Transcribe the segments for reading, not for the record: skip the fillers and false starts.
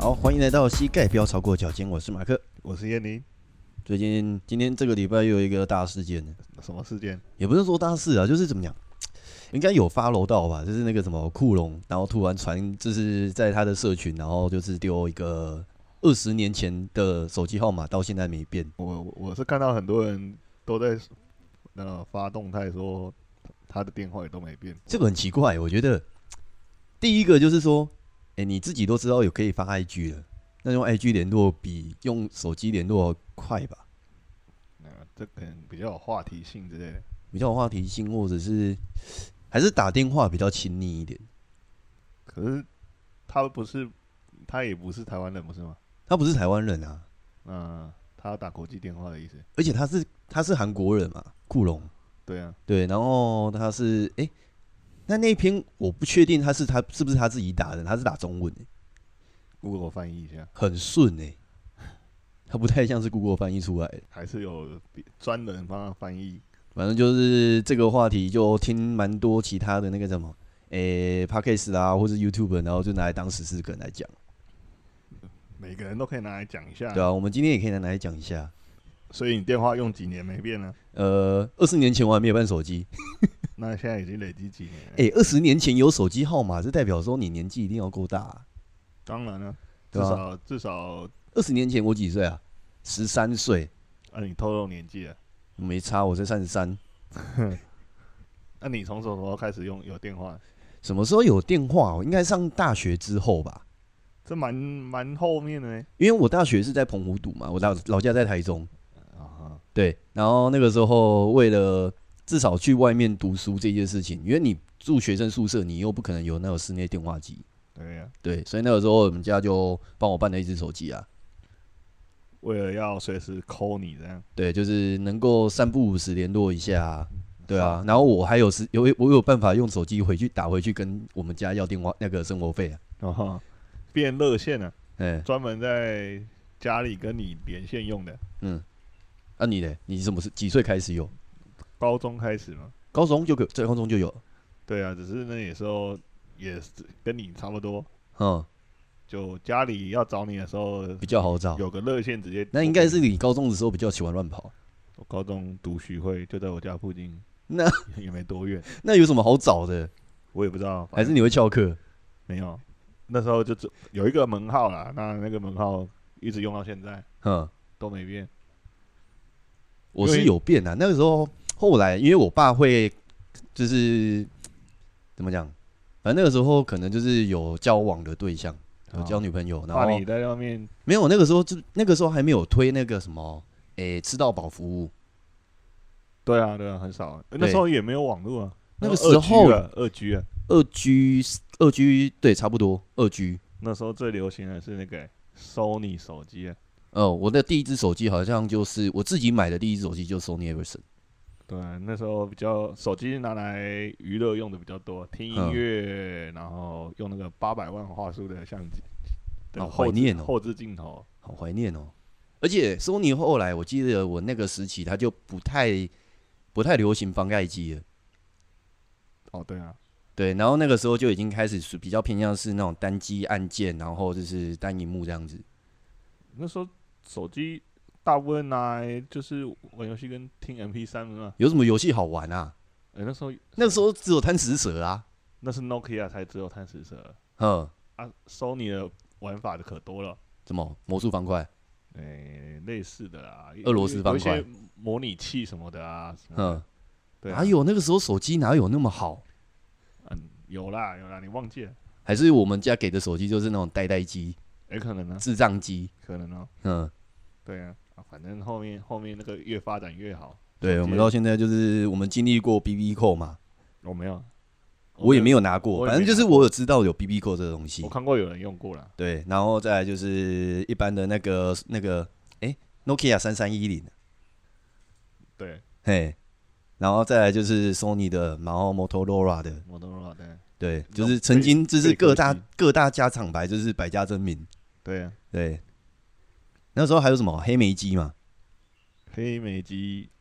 好，欢迎来到膝盖不要超过脚尖，我是马克， 我是燕妮。 今天这个礼拜又有一个大事件呢， 什么事件？ 也不是说大事啊，就是怎么讲，应该有follow到吧，就是那个什么库龙，然后突然传，就是在他的社群，然后就是丢一个20年前的手机号码，到现在没变。 我是看到很多人都在发动态说他的电话也都没变， 这个很奇怪，我觉得第一个就是说，你自己都知道有可以发 IG 了，那用 IG 联络比用手机联络快吧？ 这可能比较有话题性之类的， 比较有话题性，或者是还是打电话比较亲昵一点。 可是他也不是台湾人，不是吗？ 他不是台湾人啊， 他要打国际电话的意思。 而且他是韩国人嘛，库龙。 对啊， 对，然后他是那篇我不确定他是不是他自己打的，他是打中文 Google 翻译一下， 很顺他不太像是 Google 翻译出来的， 还是有专人帮他翻译。 反正就是这个话题就听蛮多其他的那个什么Podcast 啊，或是 YouTube， 然后就拿来当时事梗来讲。 每个人都可以拿来讲一下。 对啊，我们今天也可以拿来讲一下。 所以你电话用几年没变呢 ？20年前我还没有办手机， 那现在已经累积几年了 ？20年前有手机号码，这代表说你年纪一定要够大当然了，至少 20年前我几岁啊？13岁。 你透露年纪了？ 没差，我才33。 那你从什么时候开始有电话？ 什么时候有电话？我应该上大学之后吧。 这蛮后面的呢。 因为我大学是在澎湖读嘛，我老家在台中。对，然后那个时候为了至少去外面读书这件事情，因为你住学生宿舍，你又不可能有那种室内电话机。 对呀。 对，所以那个时候我们家就帮我办了一只手机啊。 为了要随时 call 你这样。 对，就是能够3不5时联络一下。对啊，然后我还有办法用手机打回去跟我们家要电话那个生活费啊。 变热线了。专门在家里跟你连线用的。 你呢？你几岁开始有？ 高中开始吗？ 在高中就有。 对啊，只是那时候也是跟你差不多。就家里要找你的时候比较好找， 有个热线直接。 那应该是你高中的时候比较喜欢乱跑。 我高中读徐汇，就在我家附近， 那也没多远。 那有什么好找的？ 我也不知道， 还是你会翘课？ 没有，那时候就有一个门号啦，那个门号一直用到现在，都没变。 我是有变啊，那个时候后来因为我爸会就是怎么讲，反正那个时候可能就是有交往的对象。有交女朋友，然后你在外面没有。那个时候还没有推那个什么，吃到饱服务。 对啊，很少。那时候也没有网络啊。 那个时候2G 对，差不多2G。 那时候最流行的是那个Sony 手机啊。 我的第一只手机好像就是我自己买的第一只手机，就是 Sony Ericsson。 对啊，那时候手机拿来娱乐用的比较多，听音乐，然后用那个800万画素的相机， 好怀念哦， 后置镜头， 好怀念哦。而且 Sony 后来，我记得我那个时期，它就不太流行翻盖机了。 对啊， 对，然后那个时候就已经开始比较偏向是那种单机按键，然后就是单萤幕这样子。 那时候手机大部分拿来就是玩游戏跟听 MP3 嘛。 有什么游戏好玩啊？ 那时候只有贪食蛇啊。 那是 Nokia 才只有贪食蛇。Sony 的玩法的可多了。 什么魔术方块？ 类似的啦。 俄罗斯方块。 有一些模拟器什么的啊。对啊。 哪有那个时候手机哪有那么好？ 有啦，你忘记了？ 还是我们家给的手机就是那种呆机？ 可能啊。 智障机？ 可能对啊。反正后面那个越发展越好。 对，我们到现在就是我们经历过 BB 扣嘛。 我没有， 我也没有拿过。反正就是我有知道有 BB 扣这个东西。 我看过有人用过啦。 对，然后再来就是一般的那个Nokia 3310。 对。 然后再来就是 Sony 的，然后 Motorola 的。对，就是曾经就是各大家厂牌就是百家争鸣。 对啊。 对。那时候还有什么黑莓机嘛？ 黑莓机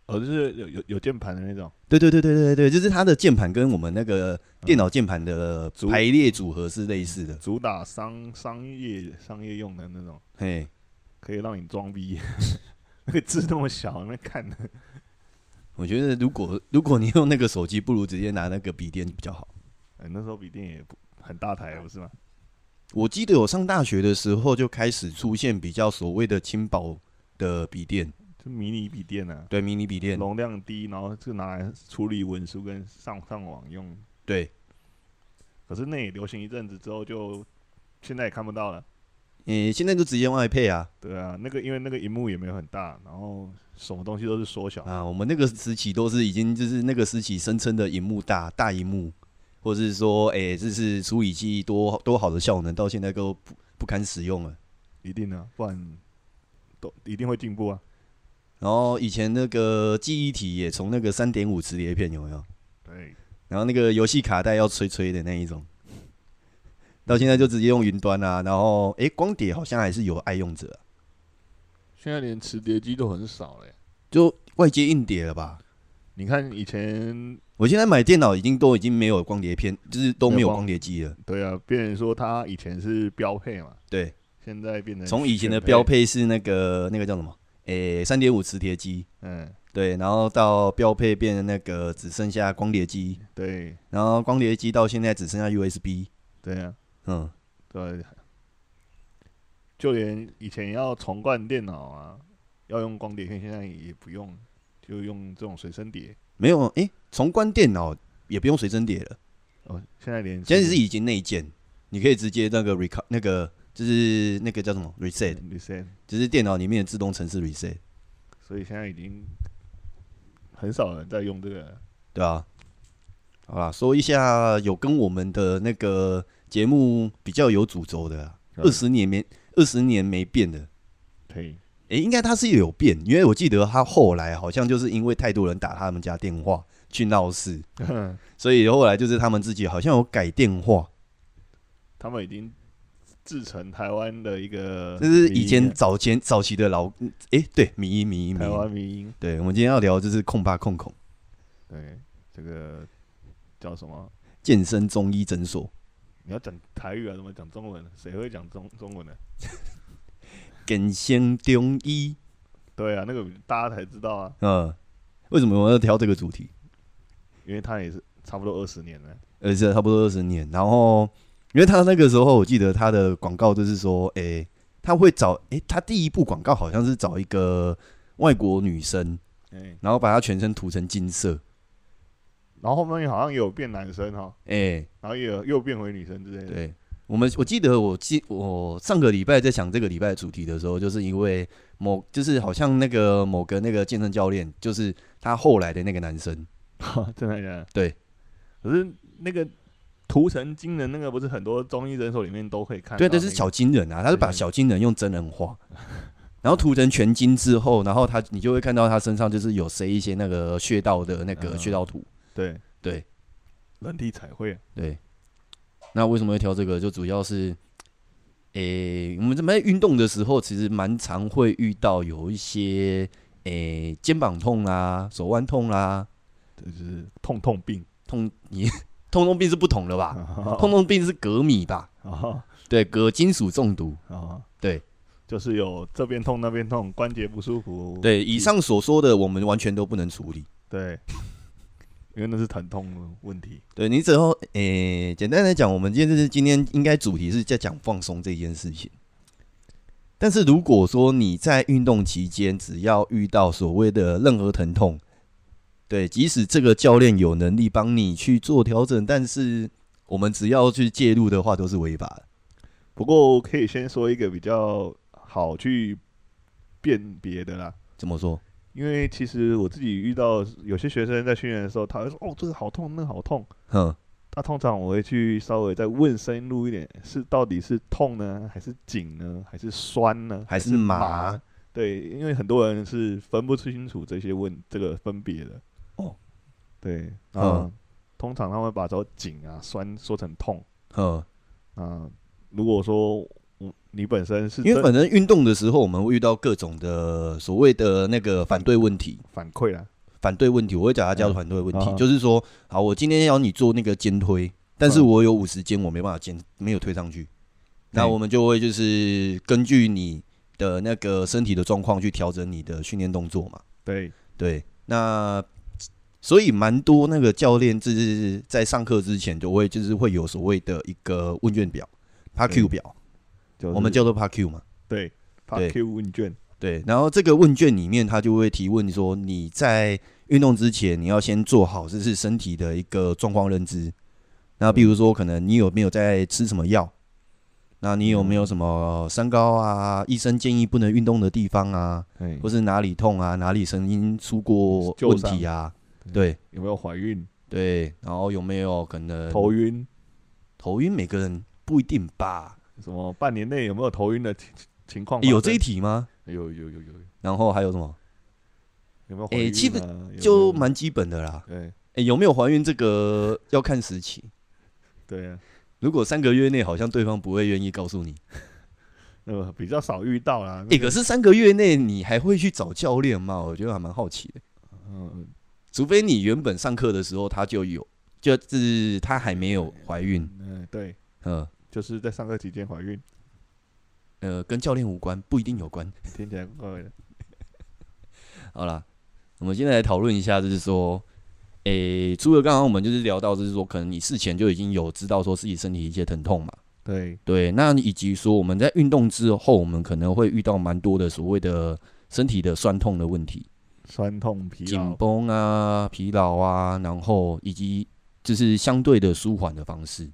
就是有键盘的那种。 对对对对对对，就是它的键盘跟我们那个电脑键盘的排列组合是类似的， 主打商业用的那种， 嘿， 可以让你装逼。那个字那么小，那看的。 我觉得如果你用那个手机，不如直接拿那个笔电比较好。 那时候笔电也不很大台，不是吗？ 我记得我上大学的时候就开始出现比较所谓的轻薄的笔电， 就迷你笔电啊。 对，迷你笔电， 容量低，然后就拿来处理文书跟上网用。 对。 可是那也流行一阵子之后，就现在也看不到了。 现在就直接用 iPad 啊。 对啊，因为那个荧幕也没有很大，然后什么东西都是缩小啊。我们那个时期都是已经就是那个时期声称的荧幕大荧幕，或者是说这是处理器多好的效能，到现在都不堪使用了。 一定啊，不然都一定会进步啊。 然后以前那个记忆体也从那个3.5磁碟片有没有？ 对。 然后那个游戏卡带要吹的那一种，到现在就直接用云端啊。然后光碟好像还是有爱用者啊。 现在连磁碟机都很少了， 就外接硬碟了吧？ 你看以前， 我现在买电脑都已经没有光碟片，就是都没有光碟机了。 对啊，变成说它以前是标配嘛， 对， 现在变成从以前的标配是那个叫什么？3.5磁碟机，对，然后到标配变成那个只剩下光碟机， 对， 然后光碟机到现在只剩下 USB， 对啊，对，就连以前要重灌电脑啊，要用光碟片，现在也不用，就用这种随身碟。 没有，重灌电脑也不用随身碟了。 现在是已经内建，你可以直接那个就是那个叫什么 reset， 就是电脑里面的自动程式 reset。 所以现在已经很少人在用这个了。 对啊。好啦，说一下有跟我们的那个节目比较有主轴的啦，20年没变的。 可以。 应该他是有变，因为我记得他后来好像就是因为太多人打他们家电话去闹事，所以后来就是他们自己好像有改电话。 他们已经制成台湾的一个， 就是以前早期的对，迷音， 台湾迷音。 对，我们今天要聊就是控爸控孔。 对，这个叫什么？ 健身中医诊所。 你要讲台语啊？怎么讲中文？谁会讲中文呢？ 健身中医。 对啊，那个大家才知道啊。 为什么我要挑这个主题？ 因为他也是差不多20年了。 是差不多20年，然后。因为他那个时候，我记得他的广告就是说，他会找，他第一部广告好像是找一个外国女生，然后把她全身涂成金色， 然后后面好像也有变男生哈，然后也又变回女生之类的。 对，我记得我上个礼拜在想这个礼拜的主题的时候，就是因为就是好像那个某个那个健身教练，就是他后来的那个男生， 真的假的？ 对， 可是那个。涂成金人那个不是很多中医诊所里面都可以看到、 对，这是小金人啊，他是把小金人用真人化，然后涂成全金之后，然后你就会看到他身上就是有塞一些那个穴道的那个穴道图。 对对， 人体彩绘。 对，那为什么会挑这个？就主要是，我们在运动的时候，其实蛮常会遇到有一些肩膀痛啦、手腕痛啦， 就是痛病。 痛病是不同的吧？痛病是镉米吧？对，镉金属中毒。对， 就是有这边痛那边痛，关节不舒服。 对，以上所说的我们完全都不能处理。 对，因为那是疼痛的问题。 对，你只要简单来讲，我们今天应该主题是在讲放松这件事情。但是如果说你在运动期间，只要遇到所谓的任何疼痛，对，即使这个教练有能力帮你去做调整，但是我们只要去介入的话，都是违法的。 不过可以先说一个比较好去辨别的啦。 怎么说？ 因为其实我自己遇到有些学生在训练的时候，他会说：“哦，这个好痛，那个好痛。”他通常我会去稍微再问深入一点，到底是痛呢，还是紧呢，还是酸呢， 还是麻？ 对，因为很多人是分不清楚这个分别的。对，通常他会把这紧啊、酸说成痛。如果说你本身是因为反正运动的时候，我们会遇到各种的所谓的那个反对问题、 反馈啦。 反对问题，我会讲他加入反对问题，就是说，好，我今天要你做那个肩推，但是我有50肩，我没办法没有推上去，那我们就会就是根据你的那个身体的状况去调整你的训练动作嘛。对，那所以蛮多那个教练就是在上课之前就会有所谓的一个问卷表 ，PARQ 表，我们叫做 PARQ 嘛。 对 ，PARQ 问卷。 对，然后这个问卷里面，他就会提问说，你在运动之前，你要先做好就是身体的一个状况认知。那比如说，可能你有没有在吃什么药？那你有没有什么三高啊？医生建议不能运动的地方啊，或是哪里痛啊，哪里神经出过问题啊？对， 有没有怀孕？ 对，然后有没有可能头晕？ 头晕每个人不一定吧？ 什么半年内有没有头晕的情况？ 有这一题吗？ 有。 然后还有什么？ 有没有怀孕？ 基本就蛮基本的啦。对，有没有怀孕这个要看时期。 对啊， 如果3个月内好像对方不会愿意告诉你， 比较少遇到啦。 可是3个月内你还会去找教练吗？我觉得还蛮好奇的。除非你原本上课的时候他就有，就是他还没有怀孕。 对，就是在上课期间怀孕。 跟教练无关，不一定有关。 听起来怪怪的。 好啦，我们现在来讨论一下，就是说，除了刚刚我们就是聊到，就是说，可能你事前就已经有知道说自己身体一些疼痛嘛。对，那以及说我们在运动之后，我们可能会遇到蛮多的所谓的身体的酸痛的问题， 酸痛、疲劳、 紧绷啊、疲劳啊，然后以及就是相对的舒缓的方式。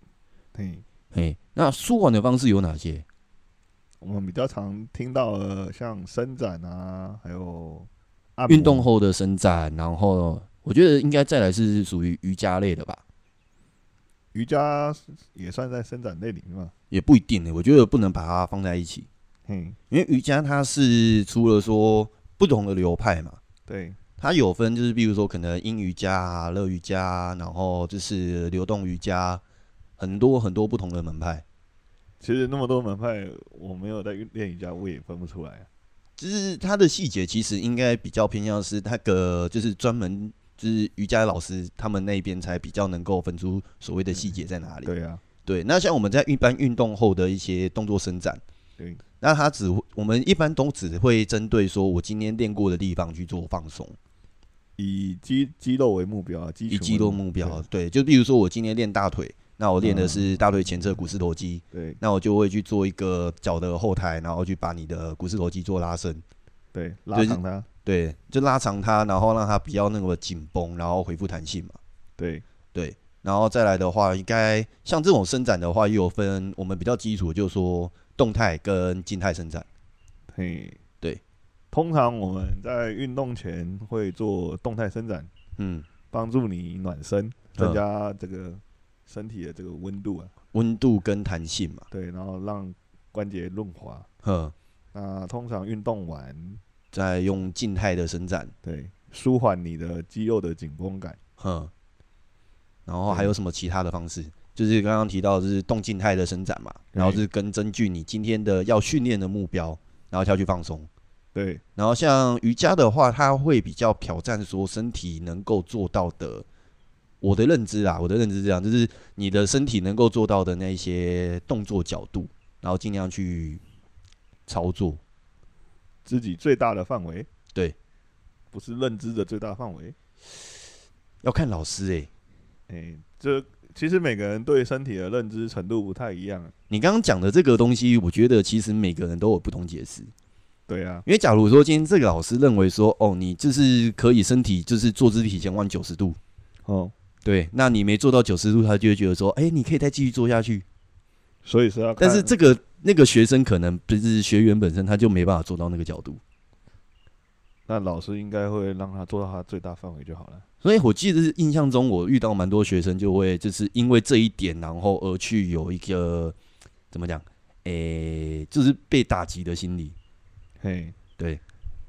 那舒缓的方式有哪些？ 我们比较常听到的，像伸展啊，还有按摩运动后的伸展，然后我觉得应该再来是属于瑜伽类的吧。 瑜伽也算在伸展类里面吗？ 也不一定我觉得不能把它放在一起。因为瑜伽它是除了说不同的流派嘛， 对， 它有分就是比如说可能阴瑜伽啊、热瑜伽啊，然后就是流动瑜伽，很多很多不同的门派。 其实那么多门派，我没有在练瑜伽，我也分不出来啊。 就是它的细节其实应该比较偏向是那个，就是专门就是瑜伽老师他们那边才比较能够分出所谓的细节在哪里。 对啊， 对。那像我们在一般运动后的一些动作伸展， 对， 那我们一般都只会针对说我今天练过的地方去做放松， 以肌肉为目标， 以肌肉目标，对，就比如说我今天练大腿。那我练的是大腿前侧股四头肌， 对， 那我就会去做一个脚的后抬，然后去把你的股四头肌做拉伸， 对，拉长它， 对，就拉长它，然后让它不要那么紧绷，然后恢复弹性嘛， 对， 然后再来的话，应该像这种伸展的话，也有分我们比较基础，就是说动态跟静态伸展，对， 通常我们在运动前会做动态伸展，帮助你暖身，增加这个身体的这个温度跟弹性嘛， 对，然后让关节润滑。那通常运动完再用静态的伸展， 对，舒缓你的肌肉的紧绷感。 然后还有什么其他的方式？就是刚刚提到的是动静态的伸展嘛，然后是根据你今天的要训练的目标，然后下去放松。 对， 然后像瑜伽的话，它会比较挑战说身体能够做到的。我的认知是这样，就是你的身体能够做到的那些动作角度，然后尽量去操作自己最大的范围。 对， 不是认知的最大范围， 要看老师这其实每个人对身体的认知程度不太一样。 你刚刚讲的这个东西，我觉得其实每个人都有不同解释。 对啊， 因为假如说今天这个老师认为说，你就是可以身体就是坐姿体前弯90度，对，那你没做到90度，他就会觉得说，你可以再继续做下去。 所以是要看， 但是那个学生可能就是学员本身他就没办法做到那个角度， 那老师应该会让他做到他最大范围就好了。 所以我记得印象中，我遇到蛮多学生就会就是因为这一点，然后而去有一个怎么讲，就是被打击的心理。对，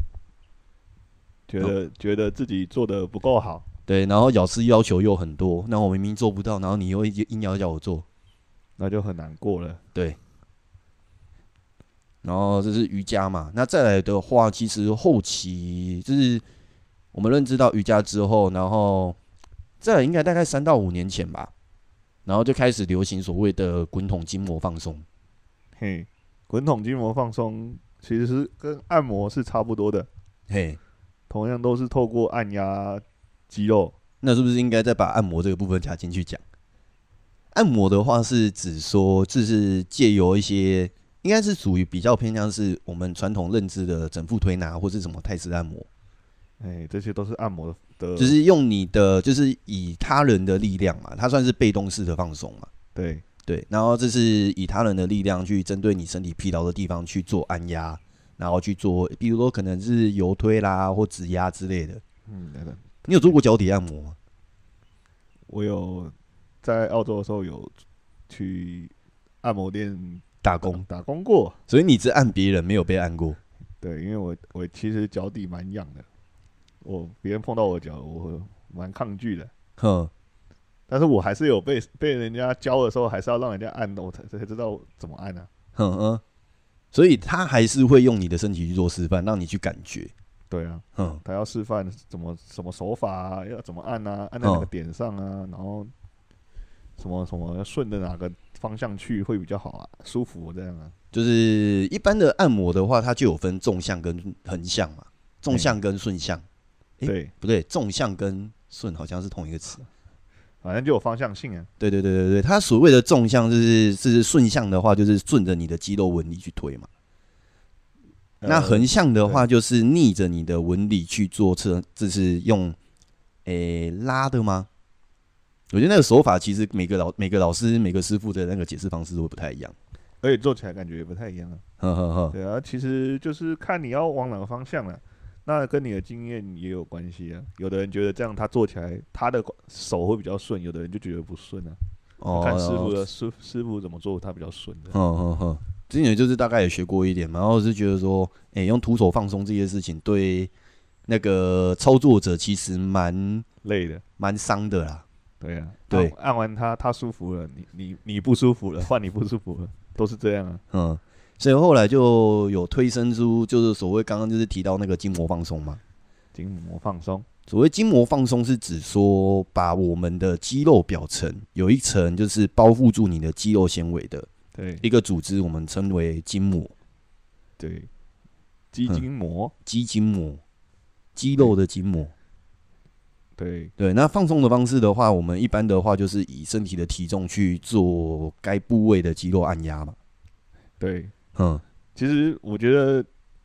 觉得自己做的不够好。 对，然后老师要求又很多，那我明明做不到，然后你又硬要叫我做， 那就很难过了。 对。然后这是瑜伽嘛，那再来的话，其实后期就是我们认知到瑜伽之后，然后这应该大概3到5年前吧，然后就开始流行所谓的滚筒筋膜放松。 嘿，滚筒筋膜放松其实是跟按摩是差不多的， 嘿， 同样都是透过按压肌肉。 那是不是应该再把按摩这个部分加进去讲？按摩的话是指说，就是借由一些，应该是属于比较偏向是我们传统认知的整复推拿或是什么泰式按摩。 这些都是按摩的， 就是用你的，就是以他人的力量嘛，它算是被动式的放松嘛。 对对，然后这是以他人的力量去针对你身体疲劳的地方去做按压，然后去做，比如说可能是油推啦或指压之类的。你有做过脚底按摩吗？ 我有在澳洲的时候有去按摩店打工过， 所以你只按别人，没有被按过。 对，因为我其实脚底蛮痒的，别人碰到我脚，我蛮抗拒的。但是我还是有被人家教的时候，还是要让人家按的，我才知道怎么按啊。 所以他还是会用你的身体去做示范，让你去感觉。 对啊，他要示范什么手法啊，要怎么按啊，按在哪个点上啊，然后什么要顺着哪个方向去会比较好啊，舒服这样啊。 就是一般的按摩的话，它就有分纵向跟横向嘛，纵向跟顺向。 对， 不对，纵向跟顺好像是同一个词， 反正就有方向性啊。 对，它所谓的纵向是顺向的话，就是顺着你的肌肉纹理去推嘛。那横向的话，就是逆着你的纹理去做就是用拉的吗？我觉得那个手法其实每个老师每个师傅的那个解释方式都会不太一样， 而且做起来感觉也不太一样啊。对啊，其实就是看你要往哪个方向了。那跟你的经验也有关系啊。有的人觉得这样他做起来他的手会比较顺，有的人就觉得不顺啊。看师傅怎么做，他比较顺的。 之前就是大概也学过一点嘛，然后是觉得说，用徒手放松这些事情对那个操作者其实蛮累的， 蛮伤的啦。 对啊， 对， 按完他舒服了，你不舒服了，换你不舒服了，都是这样啊。 所以后来就有推生出，就是所谓刚刚就是提到那个筋膜放松嘛。 筋膜放松， 所谓筋膜放松是指说，把我们的肌肉表层有一层就是包覆住你的肌肉纤维的一个组织，我们称为筋膜。 对，肌筋膜， 肌肉的筋膜。 对， 那放松的方式的话，我们一般的话就是以身体的体重去做该部位的肌肉按压嘛。 对，其实我觉得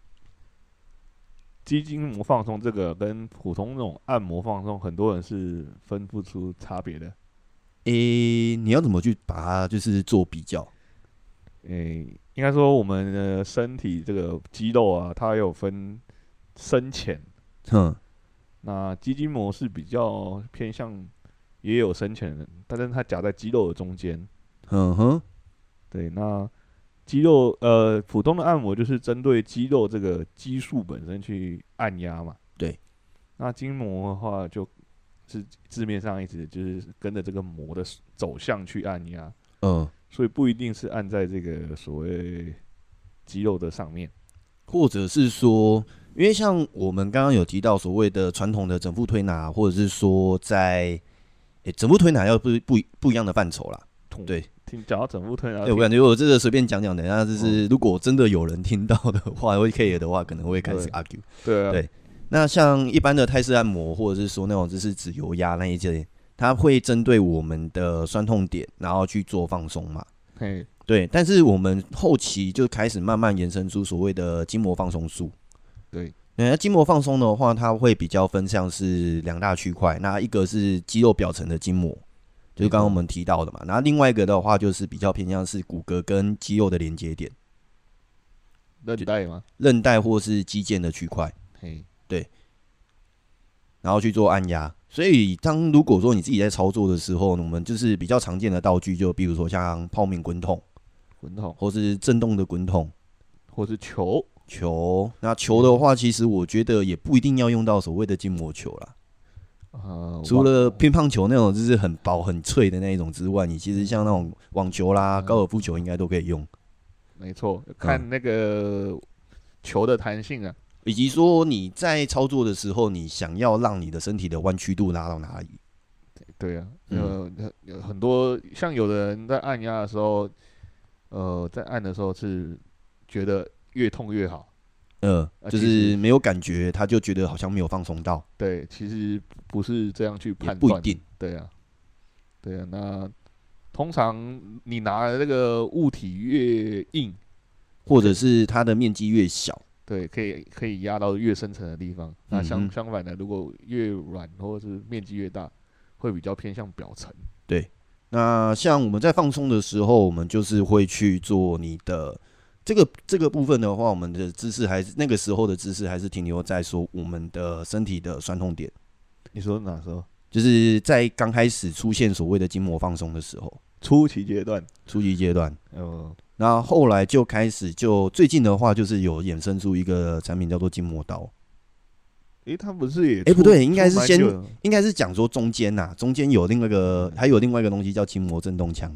肌筋膜放松这个跟普通那种按摩放松，很多人是分不出差别的。 你要怎么去把它就是做比较？ 应该说我们的身体这个肌肉啊，它有分深浅。那肌筋膜是比较偏向也有深浅的，但是它夹在肌肉的中间。对，那肌肉普通的按摩就是针对肌肉这个基数本身去按压嘛。 对， 那筋膜的话就是字面上意思就是跟着这个膜的走向去按压。所以不一定是按在这个所谓肌肉的上面， 或者是说，因为像我们刚刚有提到所谓的传统的整复推拿，或者是说在整复推拿要不一样的范畴啦。对， 讲到整复推拿， 我感觉我这个随便讲讲，等一下就是如果真的有人听到的话，会 care 的话，可能会开始 argue。对，那像一般的泰式按摩，或者是说那种就是指油压那一些，它会针对我们的酸痛点，然后去做放松嘛。对，但是我们后期就开始慢慢延伸出所谓的筋膜放松术。 对， 那筋膜放松的话，它会比较分像是2大区块，那一个是肌肉表层的筋膜，就是刚刚我们提到的嘛，然后另外一个的话就是比较偏向是骨骼跟肌肉的连接点， 韧带吗？ 韧带或是肌腱的区块。对，然后去做按压。所以如果说你自己在操作的时候，我们就是比较常见的道具，就比如说像泡面滚筒，或是震动的滚筒， 或是球。 那球的话，其实我觉得也不一定要用到所谓的筋膜球啦。除了乒乓球那种就是很薄很脆的那一种之外，你其实像那种网球啦、高尔夫球应该都可以用。 没错，看那个球的弹性啊。 以及说你在操作的时候，你想要让你的身体的弯曲度拉到哪里？ 对啊，有很多像有的人在按压的时候，在按的时候是觉得越痛越好， 就是没有感觉，他就觉得好像没有放松到。 对，其实不是这样去判断， 不一定。 对啊，对啊，那通常你拿的那个物体越硬， 或者是它的面积越小， 对，可以压到越深层的地方。那相反的，如果越软或者是面积越大，会比较偏向表层。 对，那像我们在放松的时候，我们就是会去做你的这个部分的话，我们的姿势还是那个时候的姿势，还是停留在说我们的身体的酸痛点。 你说哪时候？ 就是在刚开始出现所谓的筋膜放松的时候， 初期阶段。 那后来就开始，就最近的话，就是有衍生出一个产品叫做筋膜刀。 它不是也？ 不对，应该是讲说中间中间有另外一个，还有另外一个东西叫筋膜震动枪。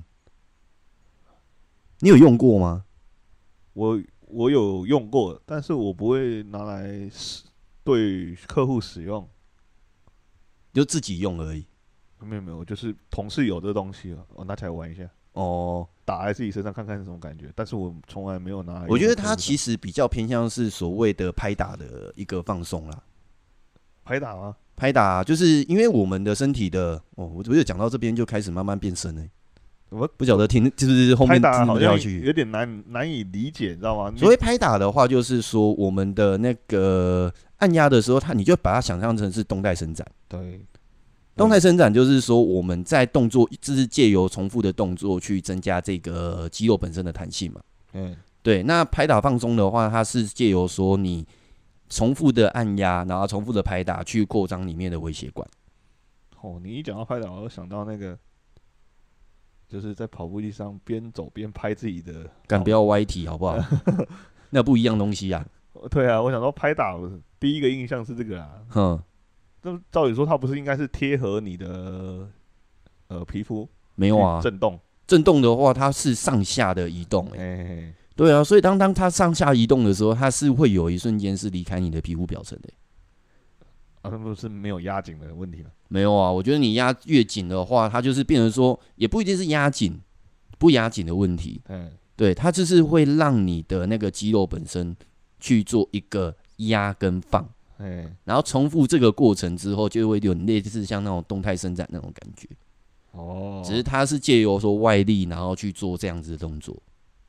你有用过吗？ 我有用过，但是我不会拿来对客户使用， 就自己用而已。 没有，就是同事有这东西了，我拿起来玩一下。打在自己身上看看是什么感觉，但是我从来没有拿来。 我觉得它其实比较偏向是所谓的拍打的一个放松啦。 拍打吗？ 拍打就是因为我们的身体的我觉得讲到这边就开始慢慢变深了。我不晓得听就是后面拍打好像去有点难以理解，你知道吗？ 所谓拍打的话，就是说我们的那个按压的时候，你就把它想象成是动态伸展。 对。 动态伸展就是说，我们在动作，就是借由重复的动作去增加这个肌肉本身的弹性嘛。对。那拍打放松的话，它是借由说你重复的按压，然后重复的拍打，去扩张里面的微血管。 你一讲到拍打，我就想到那个，就是在跑步机上边走边拍自己的。 干，不要歪题好不好？那不一样东西啊。 对啊，我想到拍打，第一个印象是这个啊。那照理说，它不是应该是贴合你的皮肤？ 没有啊，震动的话，它是上下的移动。对啊，所以当它上下移动的时候，它是会有一瞬间是离开你的皮肤表层的。 那不是没有压紧的问题吗？ 没有啊，我觉得你压越紧的话，它就是变成说，也不一定是压紧不压紧的问题。对，它就是会让你的那个肌肉本身去做一个压跟放。然后重复这个过程之后，就会有类似像那种动态伸展那种感觉。只是它是借由说外力，然后去做这样子的动作。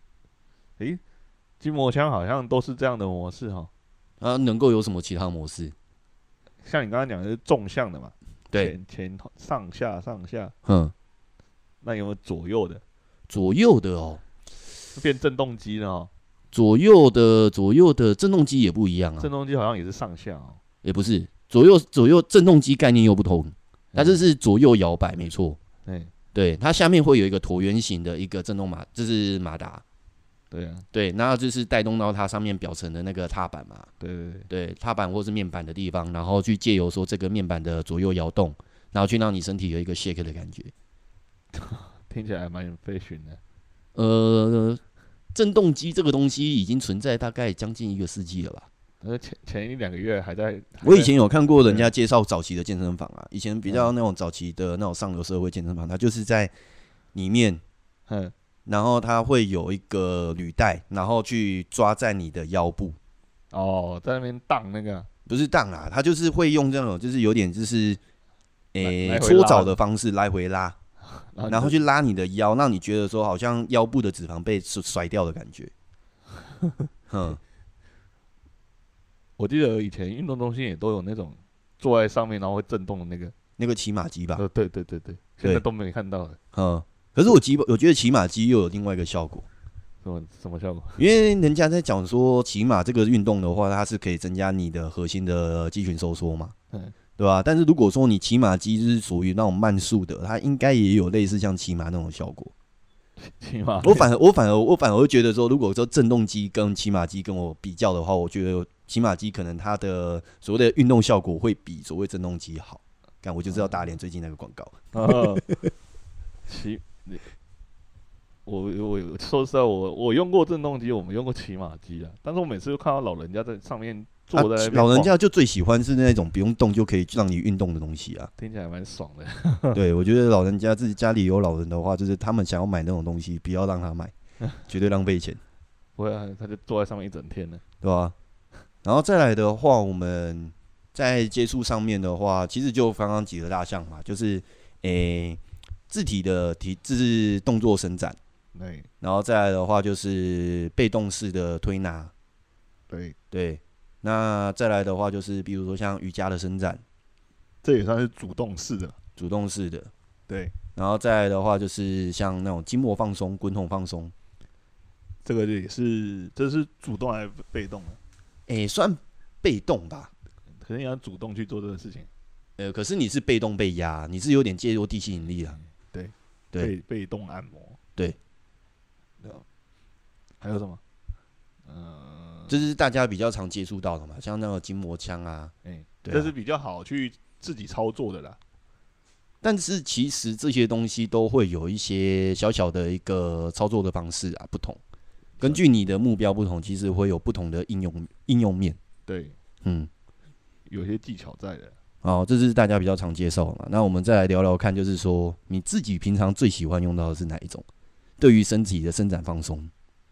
筋膜枪好像都是这样的模式哈。 能够有什么其他模式？ 像你刚刚讲的是纵向的嘛？ 对， 前上下。那有没有左右的？ 左右的变震动机了哦。 左右的震动机也不一样啊。 震动机好像也是上下也不是左右震动机概念又不同，它这是左右摇摆，没错。对，它下面会有一个椭圆形的一个震动马，这是马达。对，然后就是带动到它上面表层的那个踏板嘛。对，踏板或是面板的地方，然后去借由说这个面板的左右摇动，然后去让你身体有一个 shake 的感觉。 听起来蛮fashion的。 震动机这个东西已经存在大概将近1个世纪了吧？ 前1-2个月还在。 我以前有看过人家介绍早期的健身房啊，以前比较那种早期的那种上流社会健身房，它就是在里面，然后它会有一个履带，然后去抓在你的腰部。 在那边荡那个？ 不是荡啦，它就是会用这种，就是有点就是搓澡的方式来回拉。然后去拉你的腰，让你觉得说好像腰部的脂肪被甩掉的感觉。 我记得以前运动中心也都有那种坐在上面然后会震动的那个骑马机吧。 对，现在都没看到了。 可是我觉得骑马机又有另外一个效果。 什么效果？ 因为人家在讲说骑马这个运动的话，它是可以增加你的核心的肌群收缩嘛。对吧？但是如果说你骑马机就是属于那种慢速的，它应该也有类似像骑马那种效果。 骑马， 我反而会觉得说，如果说震动机跟骑马机跟我比较的话，我觉得骑马机可能它的所谓的运动效果会比所谓震动机好。干，我就知道打脸最近那个广告。 我说实在，我用过震动机，我们用过骑马机啊，但是我每次都看到老人家在上面坐在那边老人家就最喜欢是那种不用动就可以让你运动的东西啊， 听起来蛮爽的。 对，我觉得老人家自己家里有老人的话，就是他们想要买那种东西，不要让他买，绝对浪费钱。 不会啊，他就坐在上面一整天呢， 对吧？然后再来的话，我们在接触上面的话，其实就刚刚几个大项嘛，就是自体的就是动作伸展， 对， 然后再来的话就是被动式的推拿，对，那再来的话就是比如说像瑜伽的伸展， 这也算是主动式的，对， 然后再来的话就是像那种筋膜放松、滚筒放松， 这个这是主动还是被动的？ 算被动吧。 可能你要主动去做这个事情。 可是你是被动被压，你是有点介入地心引力啊。对， 被动按摩。 对， 还有什么？ 这是大家比较常接触到的嘛，像那个筋膜枪啊，对啊， 这是比较好去自己操作的啦。 但是其实这些东西都会有一些小小的一个操作的方式啊，不同。根据你的目标不同，其实会有不同的应用面。 对，有些技巧在的。 这是大家比较常接受的嘛。那我们再来聊聊看，就是说你自己平常最喜欢用到的是哪一种？对于身体的伸展放松，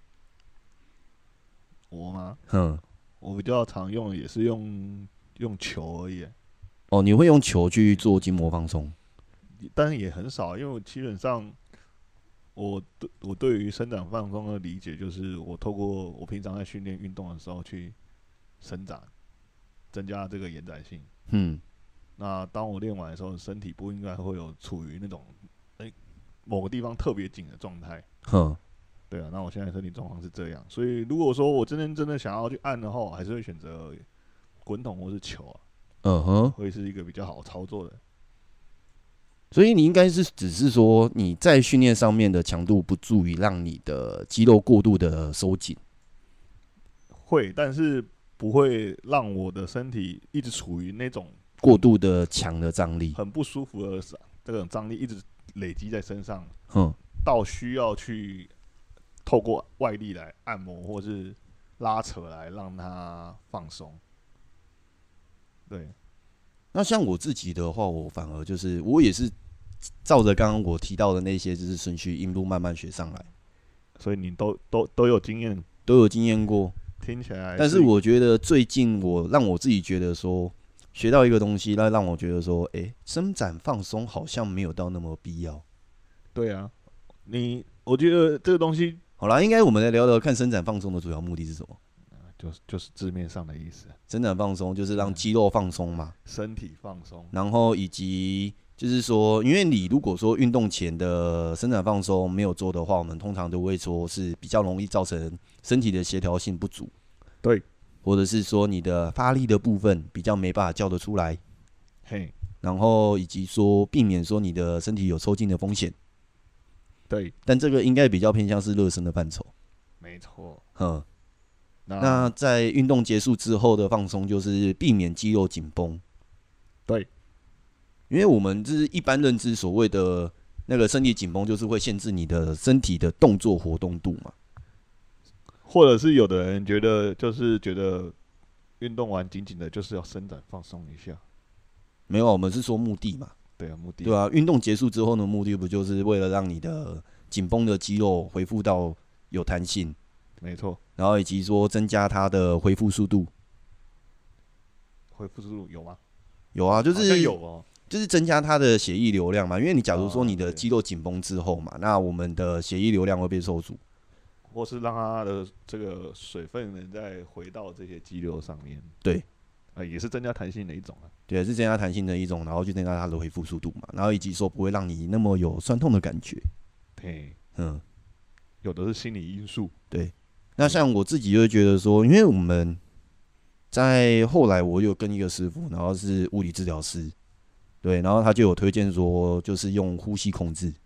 我吗？我比较常用的也是用球而已。 你会用球去做筋膜放松？ 但是也很少，因为基本上我对于伸展放松的理解就是我透过我平常在训练运动的时候去伸展，增加这个延展性。那当我练完的时候，身体不应该会有处于那种某个地方特别紧的状态。对啊，那我现在身体状况是这样，所以如果说我真的想要去按的话，我还是会选择滚筒或是球啊。会是一个比较好操作的。 所以你应该是只是说你在训练上面的强度不足以让你的肌肉过度的收紧。 会，但是不会让我的身体一直处于那种过度的强的张力， 很不舒服的这种张力一直累积在身上，到需要去透过外力来按摩或是拉扯来让它放松。对， 那像我自己的话，我反而就是我也是照着刚刚我提到的那些就是顺序一路慢慢学上来， 所以你都有经验， 都有经验过。 听起来， 但是我觉得最近让我自己觉得说，学到一个东西，那让我觉得说，伸展放松好像没有到那么必要。 对啊，我觉得这个东西好啦，应该我们来聊聊看伸展放松的主要目的是什么？ 就是字面上的意思。 伸展放松就是让肌肉放松嘛， 身体放松， 然后以及就是说，因为你如果说运动前的伸展放松没有做的话，我们通常都会说是比较容易造成身体的协调性不足， 对， 或者是说你的发力的部分比较没办法叫得出来，然后以及说避免说你的身体有抽筋的风险， 对， 但这个应该比较偏向是热身的范畴， 没错， 那在运动结束之后的放松就是避免肌肉紧绷， 对。 因为我们就是一般认知所谓的那个身体紧绷，就是会限制你的身体的动作活动度嘛。 或者是有的人觉得运动完紧紧的，就是要伸展放松一下。 没有，我们是说目的嘛。 对啊，目的。 对啊，运动结束之后的目的不就是为了让你的紧绷的肌肉恢复到有弹性？ 没错。 然后以及说增加它的恢复速度。 恢复速度有吗？ 有啊，就是好像有哦。 就是增加它的血液流量嘛，因为你假如说你的肌肉紧绷之后嘛，那我们的血液流量会被受阻， 或是让它的这个水分能再回到这些肌肉上面。 对， 也是增加弹性的一种啊。 对，是增加弹性的一种，然后去增加它的恢复速度嘛，然后以及说不会让你那么有酸痛的感觉。 对，有的是心理因素。 对，那像我自己就会觉得说，因为我们在后来我有跟一个师傅，然后是物理治疗师。对，然后他就有推荐说，就是用呼吸控制。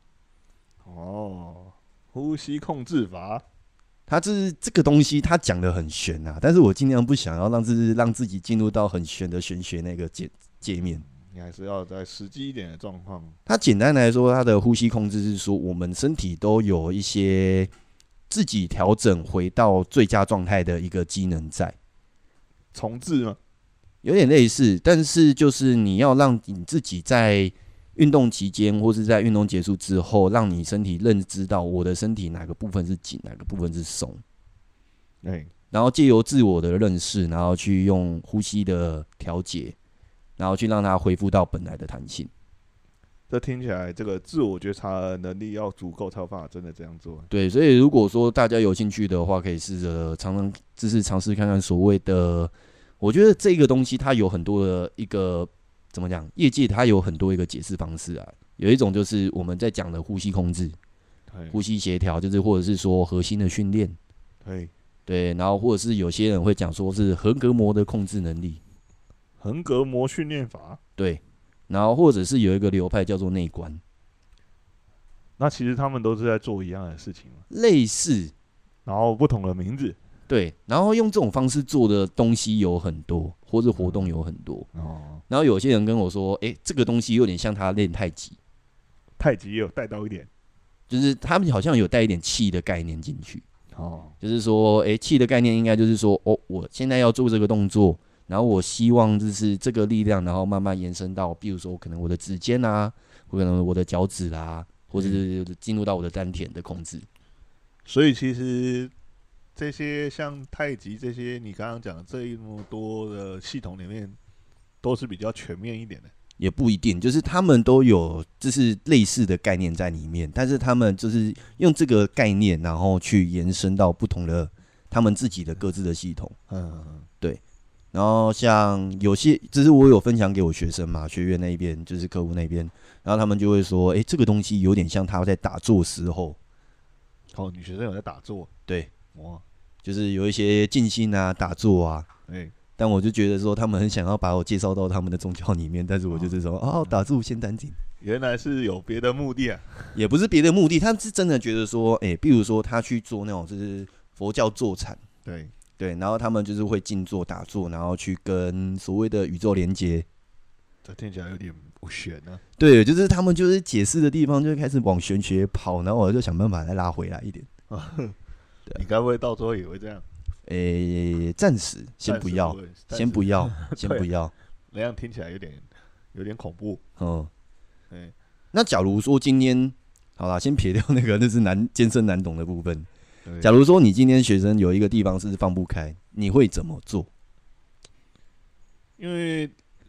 呼吸控制法， 他这个东西，他讲的很玄啊，但是我尽量不想要让自己进入到很玄的玄学那个界面。 你还是要在实际一点的状况。 他简单来说，他的呼吸控制是说，我们身体都有一些自己调整回到最佳状态的一个机能在。 重置吗？ 有点类似，但是就是你要让你自己在运动期间或是在运动结束之后，让你身体认知到我的身体哪个部分是紧，哪个部分是松。然后借由自我的认识，然后去用呼吸的调节，然后去让它恢复到本来的弹性。 这听起来，这个自我觉察的能力要足够，才有办法真的这样做。 对，所以如果说大家有兴趣的话，可以试着尝试看看所谓的。我觉得这个东西它有很多的一个怎么讲，业界它有很多一个解释方式啊。有一种就是我们在讲的呼吸控制、呼吸协调，就是或者是说核心的训练。对，然后或者是有些人会讲说是横膈膜的控制能力， 横膈膜训练法。 对，然后或者是有一个流派叫做内观。 那其实他们都是在做一样的事情嘛， 类似， 然后不同的名字。 对，然后用这种方式做的东西有很多，或者活动有很多。然后有些人跟我说，这个东西有点像他练太极。 太极也有带到一点， 就是他们好像有带一点气的概念进去。就是说，气的概念应该就是说，我现在要做这个动作，然后我希望就是这个力量，然后慢慢延伸到，比如说可能我的指尖啊，或可能我的脚趾啦，或者是进入到我的丹田的控制。 所以其实这些像太极这些，你刚刚讲的这么多的系统里面，都是比较全面一点的。 也不一定，就是他们都有就是类似的概念在里面，但是他们就是用这个概念，然后去延伸到不同的他们自己的各自的系统。对。然后像有些，就是我有分享给我学生嘛，学院那边就是客户那边，然后他们就会说，这个东西有点像他在打坐时候。 你学生有在打坐？ 对，就是有一些静心啊、打坐啊。但我就觉得说，他们很想要把我介绍到他们的宗教里面，但是我就是说，打坐先丹田。 原来是有别的目的啊？ 也不是别的目的，他是真的觉得说，比如说他去做那种就是佛教坐禅，对，然后他们就是会静坐打坐，然后去跟所谓的宇宙连接。 这听起来有点玄啊。 对，就是他们就是解释的地方就开始往玄学跑，然后我就想办法再拉回来一点。 你该不会到最后也会这样？ 暂时先不要，先不要，先不要。 那样听起来有点恐怖。 那假如说今天好啦，先撇掉那个是艰深难懂的部分。假如说你今天学生有一个地方是放不开，你会怎么做？ 因为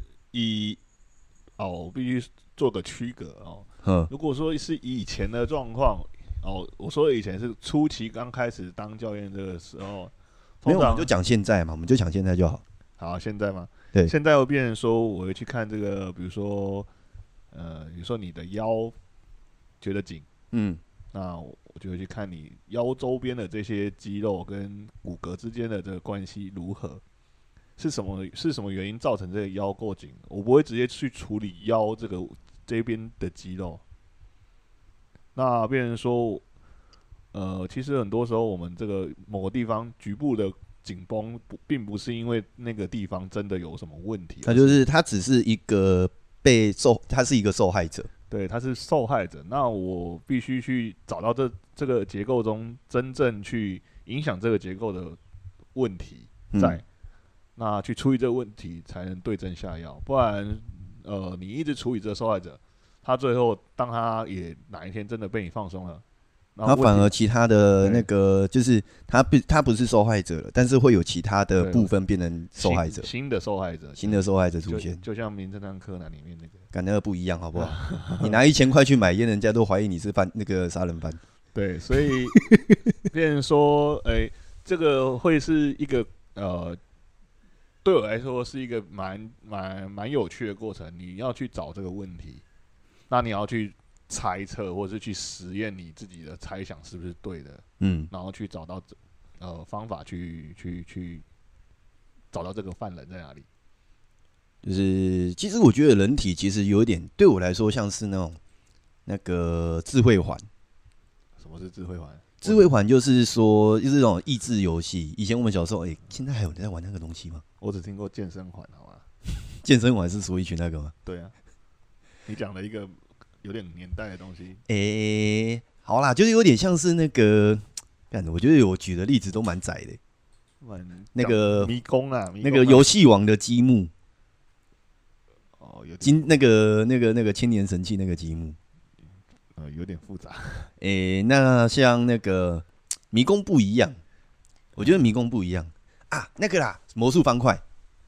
我必须做个区隔如果说是以前的状况我说的以前是初期刚开始当教练这个时候。 没有，我们就讲现在嘛，我们就讲现在就好。 好，现在吗？ 对， 现在会变成说，我会去看这个，比如说你的腰觉得紧，那我就会去看你腰周边的这些肌肉跟骨骼之间的这个关系如何，是什么原因造成这个腰够紧？我不会直接去处理腰这边的肌肉，那变成说。其实很多时候我们这个某个地方局部的紧绷，并不是因为那个地方真的有什么问题， 他只是一个他是一个受害者， 对，他是受害者。那我必须去找到这个结构中真正去影响这个结构的问题在，那去处理这个问题才能对症下药，不然你一直处理这个受害者，他最后当他也哪一天真的被你放松了。 他反而其他的那个就是他不是受害者了，但是会有其他的部分变成受害者， 新的受害者出现， 就像《名侦探柯南》里面那个， 跟那个不一样，好不好？你拿1000块去买烟，人家都怀疑你是那个杀人犯。 对，所以变成说，这个会是一个对我来说是一个蛮有趣的过程。你要去找这个问题，那你要去。猜测或是去实验你自己的猜想是不是对的，然后去找到方法去找到这个犯人在哪里。 就是其实我觉得人体其实有点对我来说像是那个智慧环。 什么是智慧环？ 智慧环就是说就是那种益智游戏。以前我们小时候，现在还有人在玩那个东西吗？ 我只听过健身环，好吗？ 健身环是Switch那个吗？ 对啊，你讲了一个。有点年代的东西， 好啦，就是有点像是那个，我觉得我举的例子都蛮窄的。 那个迷宫啊， 那个游戏王的积木。 哦， 那个千年神器那个积木， 有点复杂。 那像那个迷宫不一样，我觉得迷宫不一样啊，那个啦，魔术方块。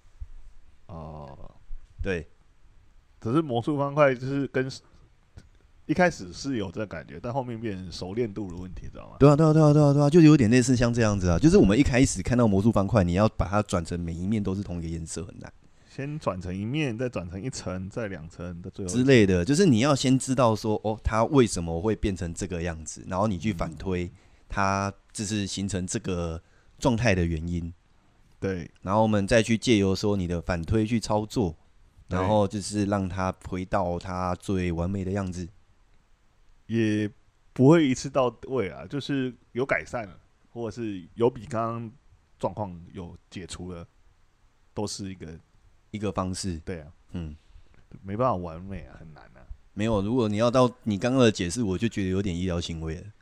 对， 只是魔术方块就是跟一开始是有这感觉，但后面变成熟练度的问题，知道吗？ 对啊，就有点类似像这样子啊，就是我们一开始看到魔术方块，你要把它转成每一面都是同一个颜色很难。 先转成一面，再转成一层，再2层的最后之类的，就是你要先知道说，它为什么会变成这个样子，然后你去反推它就是形成这个状态的原因。 对， 然后我们再去借由说你的反推去操作，然后就是让它回到它最完美的样子。 也不会一次到位啊，就是有改善了，或者是有比刚刚状况有解除了，都是一个方式。 对啊，没办法完美啊，很难啊。 没有，如果你要到你刚刚的解释，我就觉得有点医疗行为了。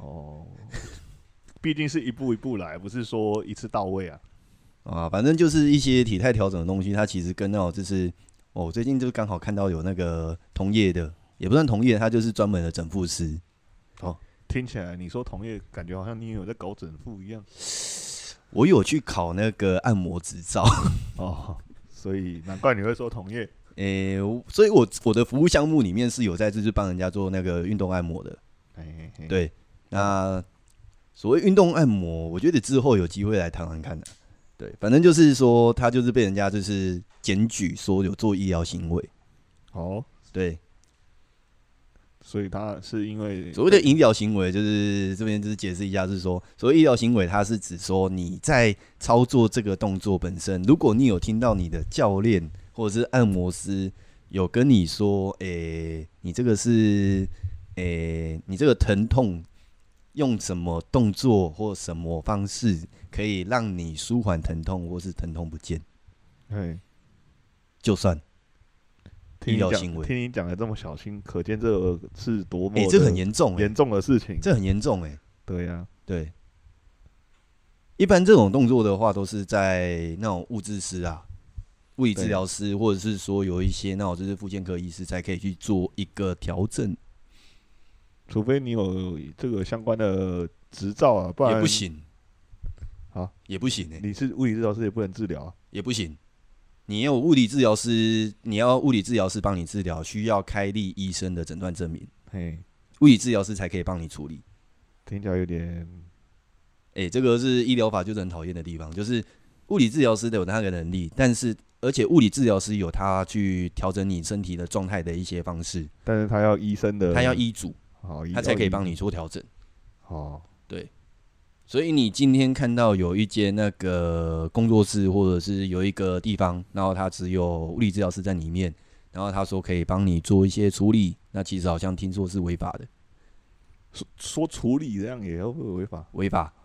毕竟是一步一步来，不是说一次到位啊。 反正就是一些体态调整的东西，它其实跟那种就是最近就刚好看到有那个同业的，也不算同业，他就是专门的整复师。 听起来你说同业，感觉好像你有在搞整复一样。 我有去考那个按摩执照。 所以难怪你会说同业。 所以我的服务项目里面是有在就是帮人家做那个运动按摩的。对，那所谓运动按摩，我觉得之后有机会来谈谈看的。对，反正就是说他就是被人家就是检举说有做医疗行为。对。 所以他是因为所谓的医疗行为，就是这边就是解释一下，是说所谓医疗行为，它是指说你在操作这个动作本身，如果你有听到你的教练或者是按摩师有跟你说，你这个是，你这个疼痛用什么动作或什么方式可以让你舒缓疼痛，或是疼痛不见，就算。医疗行为， 听你讲的这么小心，可见这个是多么这很严重严重的事情。 这很严重对呀， 对。一般这种动作的话，都是在那种物质师啊、物理治疗师，或者是说有一些那种就是复健科医师才可以去做一个调整。 除非你有这个相关的执照啊，不然也不行。也不行你是物理治疗师也不能治疗啊， 也不行。你要物理治疗师，帮你治疗，需要开立医生的诊断证明。物理治疗师才可以帮你处理。 听起来有点， 这个是医疗法就是很讨厌的地方，就是物理治疗师有他的能力，但是而且物理治疗师有他去调整你身体的状态的一些方式， 但是他要医生的， 他要医嘱，他才可以帮你做调整。对。所以你今天看到有一间那个工作室，或者是有一个地方，然后他只有物理治疗师在里面，然后他说可以帮你做一些处理，那其实好像听说是违法的。 说处理这样也会违法？ 违法。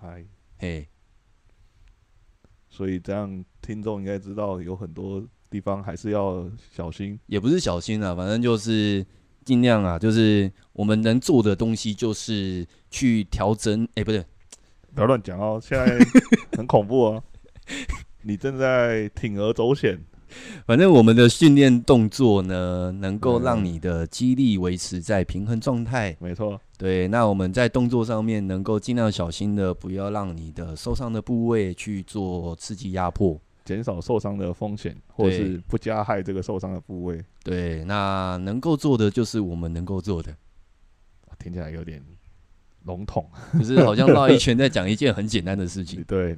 所以这样听众应该知道，有很多地方还是要小心。 也不是小心啊，反正就是尽量啊，就是我们能做的东西就是去调整。不对。 不要乱讲哦，现在很恐怖哦。你正在铤而走险。 反正我们的训练动作呢，能够让你的肌力维持在平衡状态。 没错。 对，那我们在动作上面能够尽量小心的，不要让你的受伤的部位去做刺激压迫， 减少受伤的风险，或是不加害这个受伤的部位。 对，那能够做的就是我们能够做的。 听起来有点笼统， 就是好像绕一圈在讲一件很简单的事情。 对。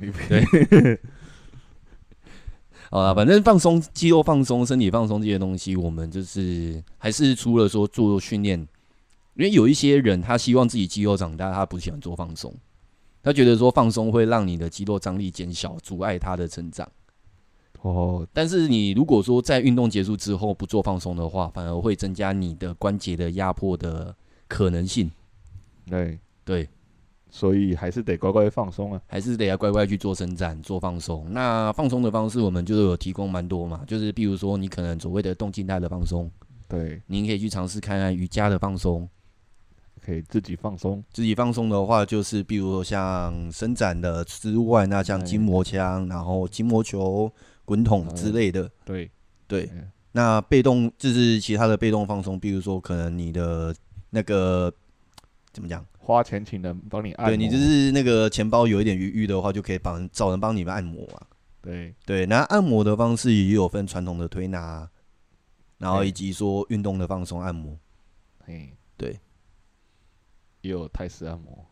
好啦，反正放松肌肉、放松身体、放松这些东西，我们就是还是除了说做训练，因为有一些人他希望自己肌肉长大，他不喜欢做放松，他觉得说放松会让你的肌肉张力减小，阻碍他的成长。但是你如果说在运动结束之后不做放松的话，反而会增加你的关节的压迫的可能性。对， 所以还是得乖乖放松啊， 还是得要乖乖去做伸展、做放松。那放松的方式，我们就是有提供蛮多嘛，就是比如说你可能所谓的动静态的放松， 对， 您可以去尝试看看瑜伽的放松。 可以自己放松。 自己放松的话，就是比如说像伸展的之外，那像筋膜枪，然后筋膜球、滚筒之类的。对，那被动就是其他的被动放松，比如说可能你的那个怎么讲？ 花钱请人帮你按摩。 对，你就是那个钱包有一点余裕的话，就可以找人帮你们按摩啊。对，那按摩的方式也有分传统的推拿，然后以及说运动的放松按摩。对， 也有泰式按摩。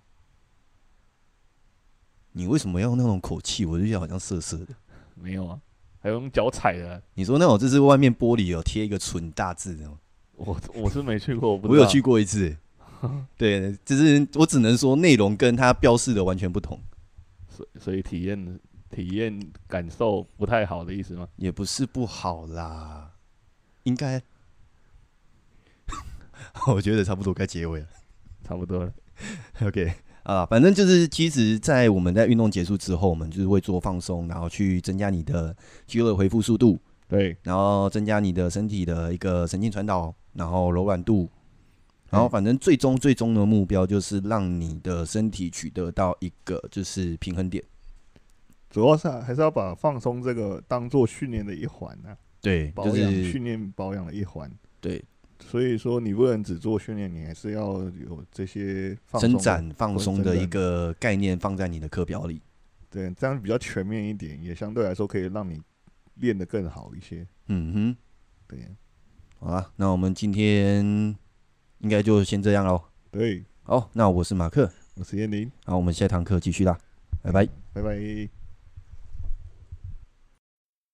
你为什么要用那种口气？我就觉得好像涩涩的。 没有啊，还有用脚踩的啊。 你说那种就是外面玻璃有贴一个蠢大字的吗？ 我是没去过，我有去过一次。对，就是我只能说内容跟它标示的完全不同。 所以体验感受不太好的意思吗？ 也不是不好啦，应该。我觉得差不多该结尾了。 差不多了。 OK 啊，反正就是其实，在我们在运动结束之后，我们就是会做放松，然后去增加你的肌肉的恢复速度， 对， 然后增加你的身体的一个神经传导，然后柔软度，然后反正最终的目标就是让你的身体取得到一个就是平衡点。 主要是还是要把放松这个当做训练的一环啊。 对，就是训练保养的一环。 对。 所以说，你不能只做训练，你还是要有这些伸展放松的一个概念放在你的课表里。 对，这样比较全面一点，也相对来说可以让你练得更好一些。对。 好啦，那我们今天应该就先这样咯。 对。 好，那我是马克， 我是燕玲。 好，我们下堂课继续啦，拜拜。 拜拜。